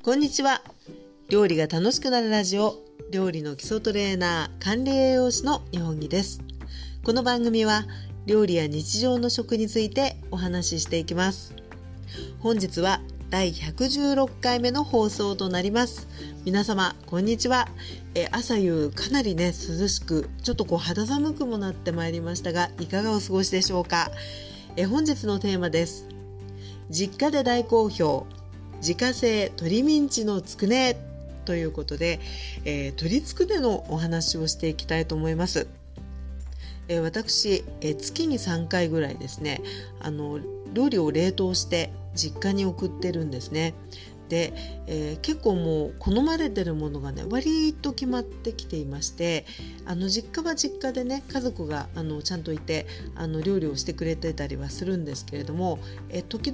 こんにちは。料理が楽しくなるラジオ、料理の基礎トレーナー、管理栄養士の日本木です。この番組は料理や日常の食についてお話ししていきます。本日は第116回目の放送となります。皆様こんにちは。朝夕かなりね涼しく、ちょっと肌寒くもなってまいりましたが、いかがお過ごしでしょうか。本日のテーマです。実家で大好評、自家製鶏ミンチのつくねということで、鶏つくねのお話をしていきたいと思います。私、月に3回ぐらいですね、料理を冷凍して実家に送ってるんですね。で、結構もう好まれてるものがね割と決まってきていまして、実家は実家でね家族がちゃんといて料理をしてくれてたりはするんですけれども、時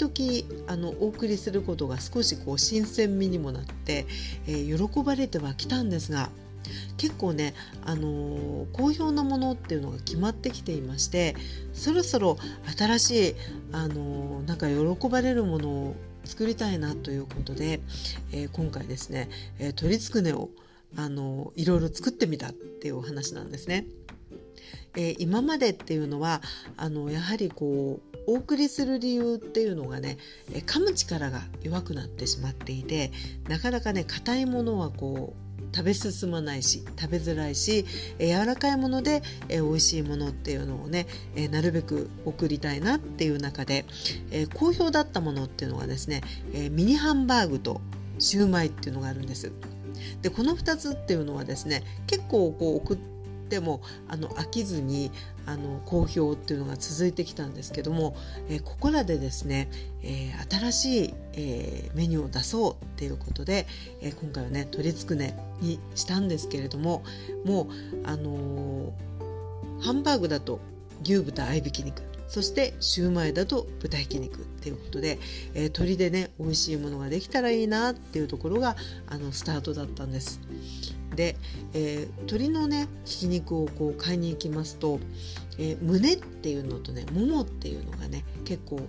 々お送りすることが少し新鮮味にもなって、喜ばれてはきたんですが、結構ね、好評なものっていうのが決まってきていまして、そろそろ新しいなんか喜ばれるものを作りたいなということで、今回ですね、鶏つくねをいろいろ作ってみたっていうお話なんですね。今までっていうのはやはりお送りする理由っていうのがね、噛む力が弱くなってしまっていて、なかなかね硬いものは食べ進まないし食べづらいし、柔らかいもので、美味しいものっていうのをね、なるべく送りたいなっていう中で、好評だったものっていうのがですね、ミニハンバーグとシューマイっていうのがあるんです。でこの2つっていうのはですね、結構送っても飽きずに好評っていうのが続いてきたんですけども、ここらでですね、新しい、メニューを出そうっていうことで、今回はね鶏つくねにしたんですけれども、もうハンバーグだと牛豚合いびき肉、そしてシューマイだと豚ひき肉っていうことで、鶏でね美味しいものができたらいいなっていうところがスタートだったんです。で、鶏のねひき肉を買いに行きますと、胸っていうのとねももっていうのがね結構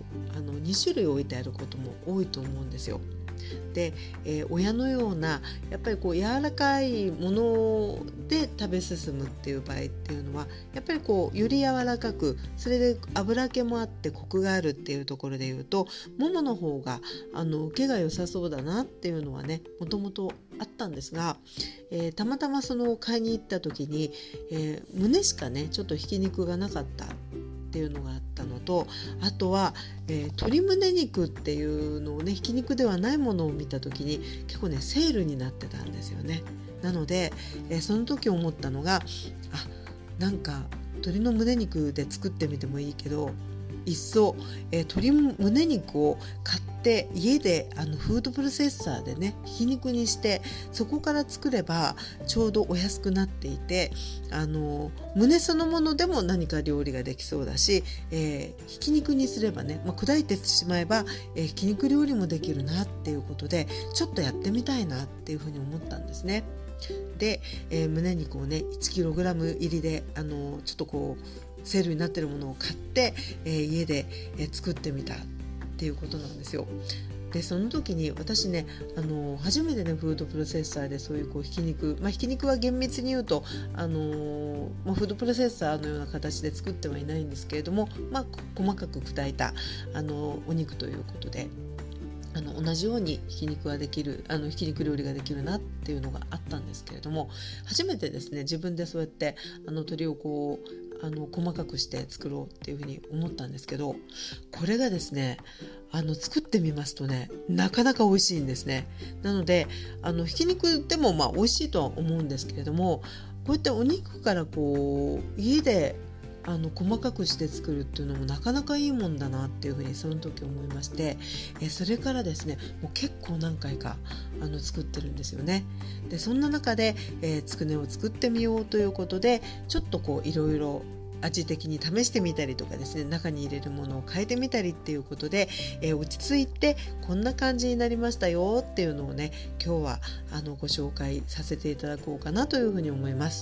2種類置いてあることも多いと思うんですよ。で、親のようなやっぱり柔らかいもので食べ進むっていう場合っていうのは、やっぱりより柔らかく、それで油気もあってコクがあるっていうところでいうと、ももの方が受けが良さそうだなっていうのはねもともとあったんですが、たまたま買いに行った時に、胸しかねちょっとひき肉がなかったっていうのがあったのと、あとは、鶏胸肉っていうのをねひき肉ではないものを見た時に結構ねセールになってたんですよね。なので、その時思ったのが、なんか鶏の胸肉で作ってみてもいいけど、いっそ、鶏胸肉を買って家でフードプロセッサーでねひき肉にして、そこから作ればちょうどお安くなっていて、胸そのものでも何か料理ができそうだし、ひき肉にすればね、砕いてしまえば、ひき肉料理もできるなっていうことで、ちょっとやってみたいなっていうふうに思ったんですね。で、胸肉をね 1kg 入りでちょっとセールになっているものを買って、家で、作ってみたっていうことなんですよ。でその時に私ね初めてねフードプロセッサーでそういうひき肉、ひき肉は厳密に言うとフードプロセッサーのような形で作ってはいないんですけれども、細かく砕いたお肉ということで、同じようにひき肉ができるひき肉料理ができるなっていうのがあったんですけれども、初めてですね自分でそうやって鶏を細かくして作ろうっていうふうに思ったんですけど、これがですね作ってみますとねなかなか美味しいんですね。なのでひき肉でも美味しいとは思うんですけれども、こうやってお肉から家で細かくして作るっていうのもなかなかいいもんだなっていうふうにその時思いまして、それからですねもう結構何回か作ってるんですよね。でそんな中で、つくねを作ってみようということで、ちょっといろいろ味的に試してみたりとかですね、中に入れるものを変えてみたりっていうことで、落ち着いてこんな感じになりましたよっていうのをね今日はご紹介させていただこうかなというふうに思います。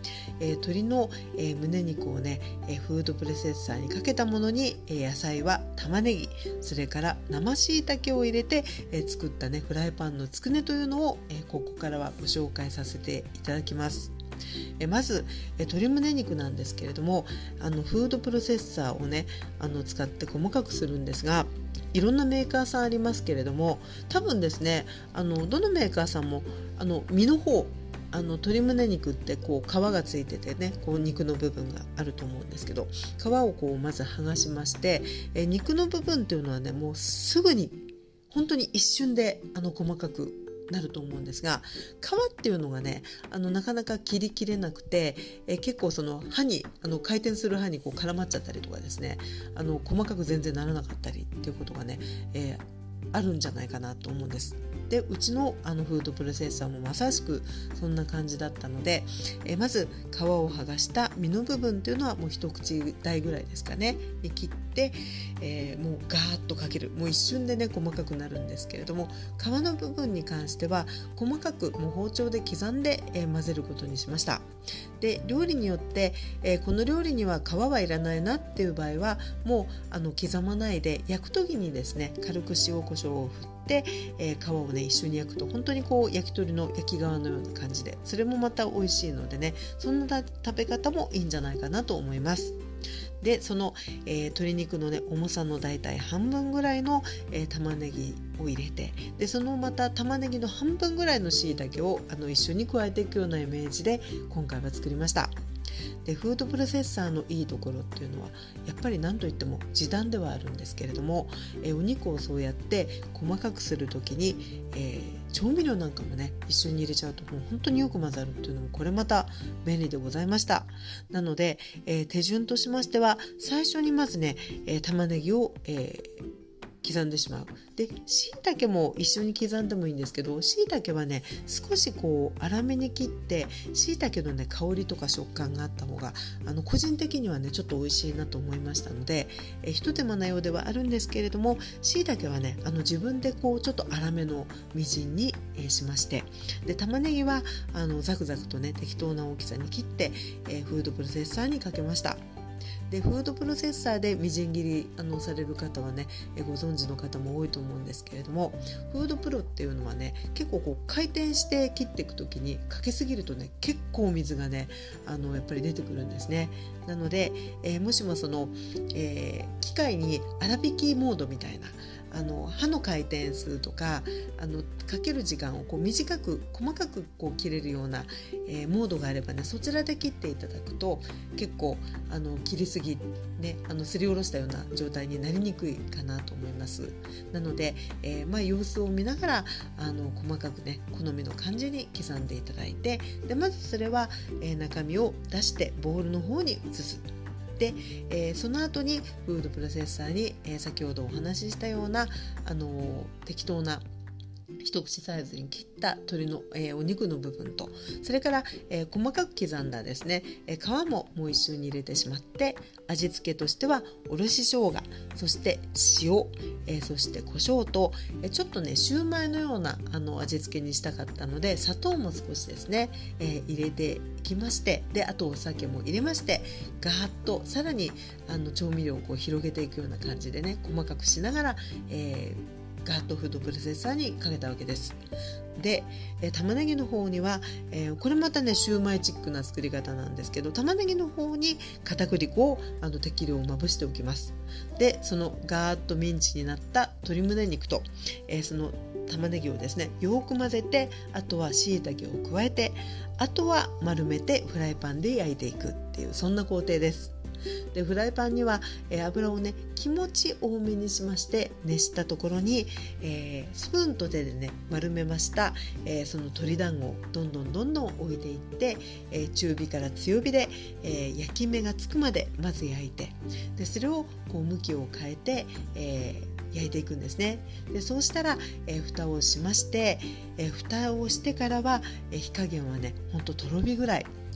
鶏の、胸肉をね、フードプロセッサーにかけたものに、野菜は玉ねぎ、それから生椎茸を入れて、作ったねフライパンのつくねというのを、ここからはご紹介させていただきます。まず鶏胸肉なんですけれども、フードプロセッサーをね使って細かくするんですが、いろんなメーカーさんありますけれども、多分ですねどのメーカーさんも身の方、鶏胸肉ってこう皮がついててね、こう肉の部分があると思うんですけど、皮をこうまず剥がしまして、肉の部分っていうのはねもうすぐに本当に一瞬で細かくなると思うんですが、皮っていうのがねなかなか切りきれなくて、結構その刃に回転する刃にこう絡まっちゃったりとかですね、細かく全然ならなかったりっていうことがね、あるんじゃないかなと思うんです。でうちのフードプロセッサーもまさしくそんな感じだったので、まず皮を剥がした身の部分というのはもう一口大ぐらいですかねに切って、もうガーッとかける、もう一瞬でね細かくなるんですけれども、皮の部分に関しては細かくもう包丁で刻んで、混ぜることにしました。で料理によって、この料理には皮はいらないなっていう場合はもう刻まないで焼く時にですね軽く塩コショウを振って、皮をね一緒に焼くと本当にこう焼き鳥の焼き皮のような感じで、それもまた美味しいのでね、そんな食べ方もいいんじゃないかなと思います。でその、鶏肉のね重さのだいたい半分ぐらいの、玉ねぎを入れて、でそのまた玉ねぎの半分ぐらいの椎茸を一緒に加えていくようなイメージで今回は作りました。でフードプロセッサーのいいところっていうのはやっぱり何といっても時短ではあるんですけれども、お肉をそうやって細かくする時に、調味料なんかもね一緒に入れちゃうともう本当によく混ざるっていうのもこれまた便利でございました。なので、手順としましては最初にまずね、玉ねぎを、刻んでしまう。で椎茸も一緒に刻んでもいいんですけど、椎茸はね少しこう粗めに切って椎茸のね香りとか食感があった方が個人的にはねちょっと美味しいなと思いましたので、一手間なようではあるんですけれども、椎茸はね自分でこうちょっと粗めのみじんに、しまして、で玉ねぎはザクザクとね適当な大きさに切って、フードプロセッサーにかけました。でフードプロセッサーでみじん切りされる方はねご存知の方も多いと思うんですけれども、フードプロっていうのはね結構こう回転して切っていく時にかけすぎるとね結構水がねやっぱり出てくるんですね。なので、もしもその、機械に粗挽きモードみたいな刃の回転数とかかける時間をこう短く細かくこう切れるような、モードがあればねそちらで切っていただくと結構切りすぎねすりおろしたような状態になりにくいかなと思います。なので、様子を見ながら細かくね好みの感じに刻んでいただいて、でまずそれは、中身を出してボウルの方に移す。で、その後にフードプロセッサーに、先ほどお話ししたような適当な一口サイズに切った鶏の、お肉の部分と、それから、細かく刻んだですね、皮ももう一緒に入れてしまって、味付けとしてはおろし生姜、そして塩、そして胡椒と、ちょっとねシューマイのような味付けにしたかったので砂糖も少しですね、入れていきまして、であとお酒も入れまして、ガーッとさらに調味料をこう広げていくような感じでね細かくしながら、ガーッとフードプロセッサーにかけたわけです。で、玉ねぎの方には、これまたねシューマイチックな作り方なんですけど、玉ねぎの方に片栗粉を適量まぶしておきます。でそのガーッとミンチになった鶏胸肉と、その玉ねぎをですねよく混ぜて、あとは椎茸を加えて、あとは丸めてフライパンで焼いていくっていう、そんな工程です。でフライパンには、油をね気持ち多めにしまして、熱したところに、スプーンと手でね丸めました、その鶏団子をどんどん置いていって、中火から強火で、焼き目がつくまでまず焼いて、でそれをこう向きを変えて、焼いていくんですね。でそうしたら、蓋をしまして、蓋をしてからは、火加減はねほんととろ火ぐらい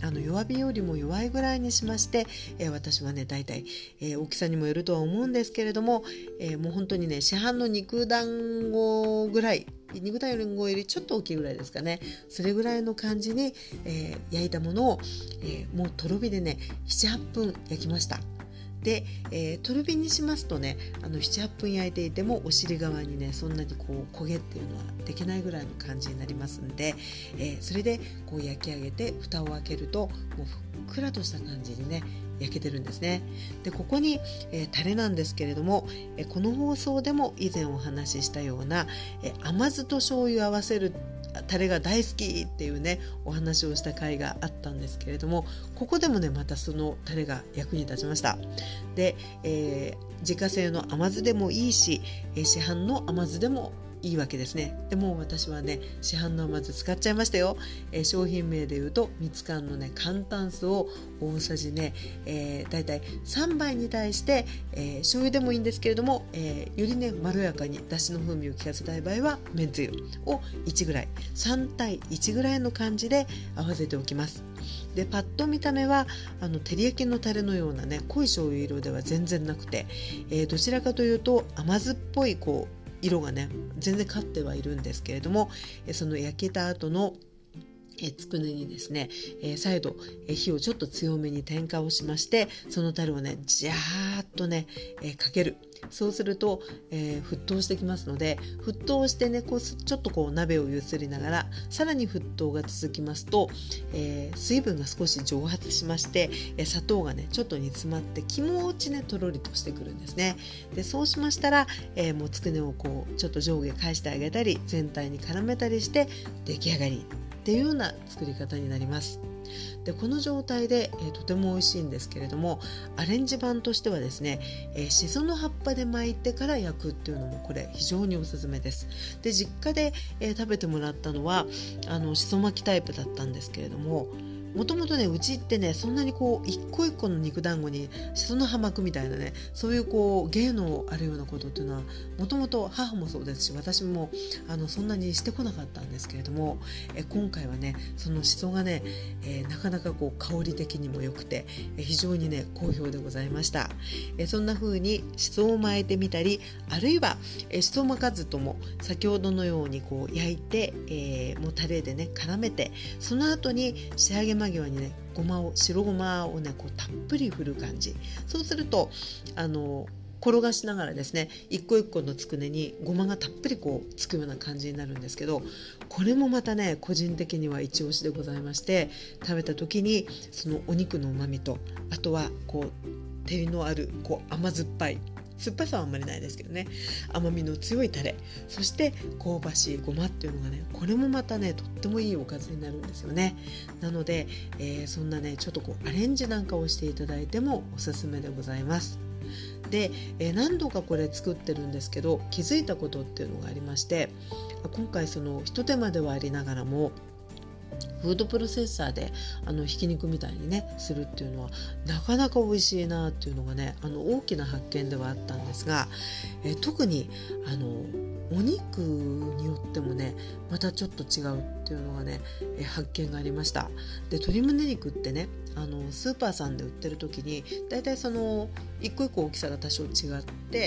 弱火よりも弱いぐらいにしまして、私はねだいたい大きさにもよるとは思うんですけれども、もう本当にね市販の肉団子ぐらい、肉団子よりちょっと大きいぐらいですかね、それぐらいの感じに、焼いたものを、もうとろ火でね 7,8 分焼きました。で、とろ火にしますとね 7,8 分焼いていてもお尻側にねそんなにこう焦げっていうのはできないぐらいの感じになりますんで、それでこう焼き上げて蓋を開けるともうふっくらとした感じにね焼けてるんですね。でここに、タレなんですけれども、この放送でも以前お話ししたような、甘酢と醤油を合わせるタレが大好きっていうねお話をした回があったんですけれども、ここでもねまたそのタレが役に立ちました。で、自家製の甘酢でもいいし、市販の甘酢でもいいわけですね。でも私はね市販の甘酢使っちゃいましたよ。商品名でいうとミツカンのね簡単酢を大さじね、だいたい3杯に対して、醤油でもいいんですけれども、よりねまろやかにだしの風味を効かせたい場合はめんつゆを1ぐらい、3対1ぐらいの感じで合わせておきます。でパッと見た目は照り焼きのタレのようなね濃い醤油色では全然なくて、どちらかというと甘酢っぽいこう色がね全然勝ってはいるんですけれども、その焼けた後のつくねにですね、再度火をちょっと強めに点火をしまして、そのタレをねジャーッとね、かける。そうすると、沸騰してきますので、沸騰してねこうちょっとこう鍋をゆすりながらさらに沸騰が続きますと、水分が少し蒸発しまして、砂糖がねちょっと煮詰まって気持ちねとろりとしてくるんですね。でそうしましたら、もうつくねをこうちょっと上下返してあげたり全体に絡めたりして出来上がりっていうような作り方になります。でこの状態で、とても美味しいんですけれども、アレンジ版としてはですね、しその葉っぱで巻いてから焼くっていうのもこれ非常におすすめです。で実家で、食べてもらったのはしそ巻きタイプだったんですけれども、もともとねうちってねそんなにこう一個一個の肉団子にしその葉巻くみたいなねそういうこう芸のあるようなことっていうのはもともと母もそうですし私もそんなにしてこなかったんですけれども、今回はねそのしそがね、なかなかこう香り的にも良くて、非常にね好評でございました。そんな風にしそを巻いてみたり、あるいはしそ巻かずとも先ほどのようにこう焼いて、もうタレでね絡めて、その後に仕上げ間際にね白ごまをねこうたっぷり振る感じ。そうすると転がしながらですね一個一個のつくねにごまがたっぷりこうつくような感じになるんですけど、これもまたね個人的には一押しでございまして、食べた時にそのお肉のうまみと、あとはこう照りのあるこう甘酸っぱい、酸っぱさはあんまりないですけどね、甘みの強いタレ、そして香ばしいごまっていうのがねこれもまたねとってもいいおかずになるんですよね。なので、そんなねちょっとこうアレンジなんかをしていただいてもおすすめでございます。で、何度かこれ作ってるんですけど気づいたことっていうのがありまして、今回その一手間ではありながらもフードプロセッサーでひき肉みたいにねするっていうのはなかなか美味しいなっていうのがね大きな発見ではあったんですが、特にお肉によってもねまたちょっと違うっていうのがね、発見がありました。で鶏胸肉ってねスーパーさんで売ってる時にだいたいその一個一個大きさが多少違って、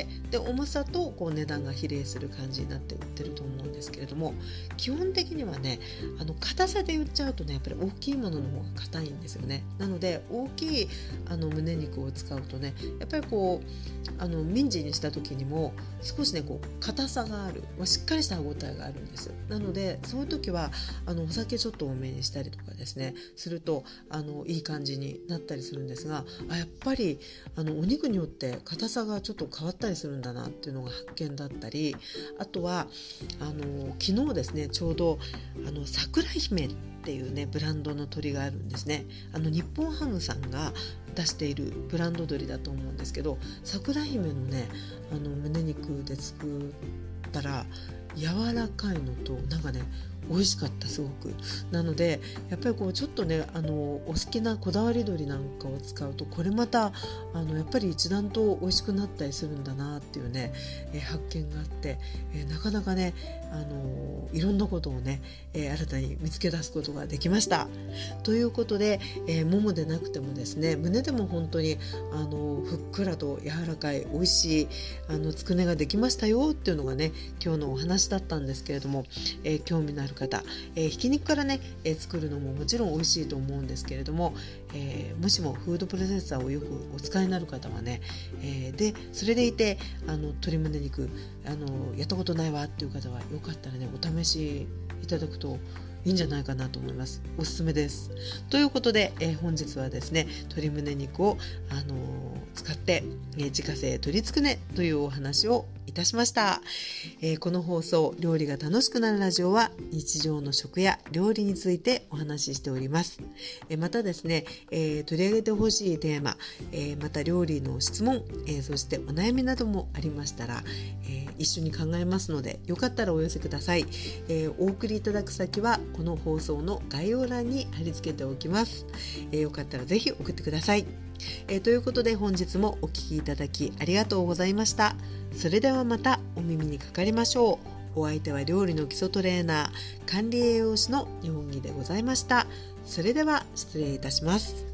で重さとこう値段が比例する感じになって売ってると思うんですけれども、基本的にはね硬さで言っちゃうとねやっぱり大きいものの方が硬いんですよね。なので大きい胸肉を使うとねやっぱりこうミンチにした時にも少しねこう硬さがある、しっかりした歯ごたえがあるんです。なのでそういう時はお酒ちょっと多めにしたりとかですねするといい感じになったりするんですが、やっぱりお肉によって硬さがちょっと変わったりするんだなっていうのが発見だったり、あとは昨日ですねちょうど桜姫っていうねブランドの鶏があるんですね。日本ハムさんが出しているブランド鶏だと思うんですけど、桜姫のね胸肉で作ったら柔らかいのとなんかね美味しかった、すごく。なのでやっぱりこうちょっとねお好きなこだわり鶏なんかを使うとこれまたやっぱり一段と美味しくなったりするんだなっていうね、発見があって、なかなかねいろんなことをね、新たに見つけ出すことができました。ということで、ももでなくてもですね、胸でも本当にふっくらと柔らかい美味しいつくねができましたよっていうのがね今日のお話だったんですけれども、興味のある方、ひき肉からね、作るのももちろん美味しいと思うんですけれども、もしもフードプロセッサーをよくお使いになる方はね、でそれでいて鶏胸肉やったことないわっていう方はよかったらねお試しいただくといいんじゃないかなと思います。おすすめです。ということで、本日はですね鶏胸肉を、使って、自家製鶏つくねというお話をいたしました。この放送料理が楽しくなるラジオは日常の食や料理についてお話ししております。またですね、取り上げてほしいテーマ、また料理の質問、そしてお悩みなどもありましたら、一緒に考えますのでよかったらお寄せください。お送りいただく先はこの放送の概要欄に貼り付けておきます。よかったらぜひ送ってください。ということで本日もお聞きいただきありがとうございました。それではまたお耳にかかりましょう。お相手は料理の基礎トレーナー、管理栄養士の日本木でございました。それでは失礼いたします。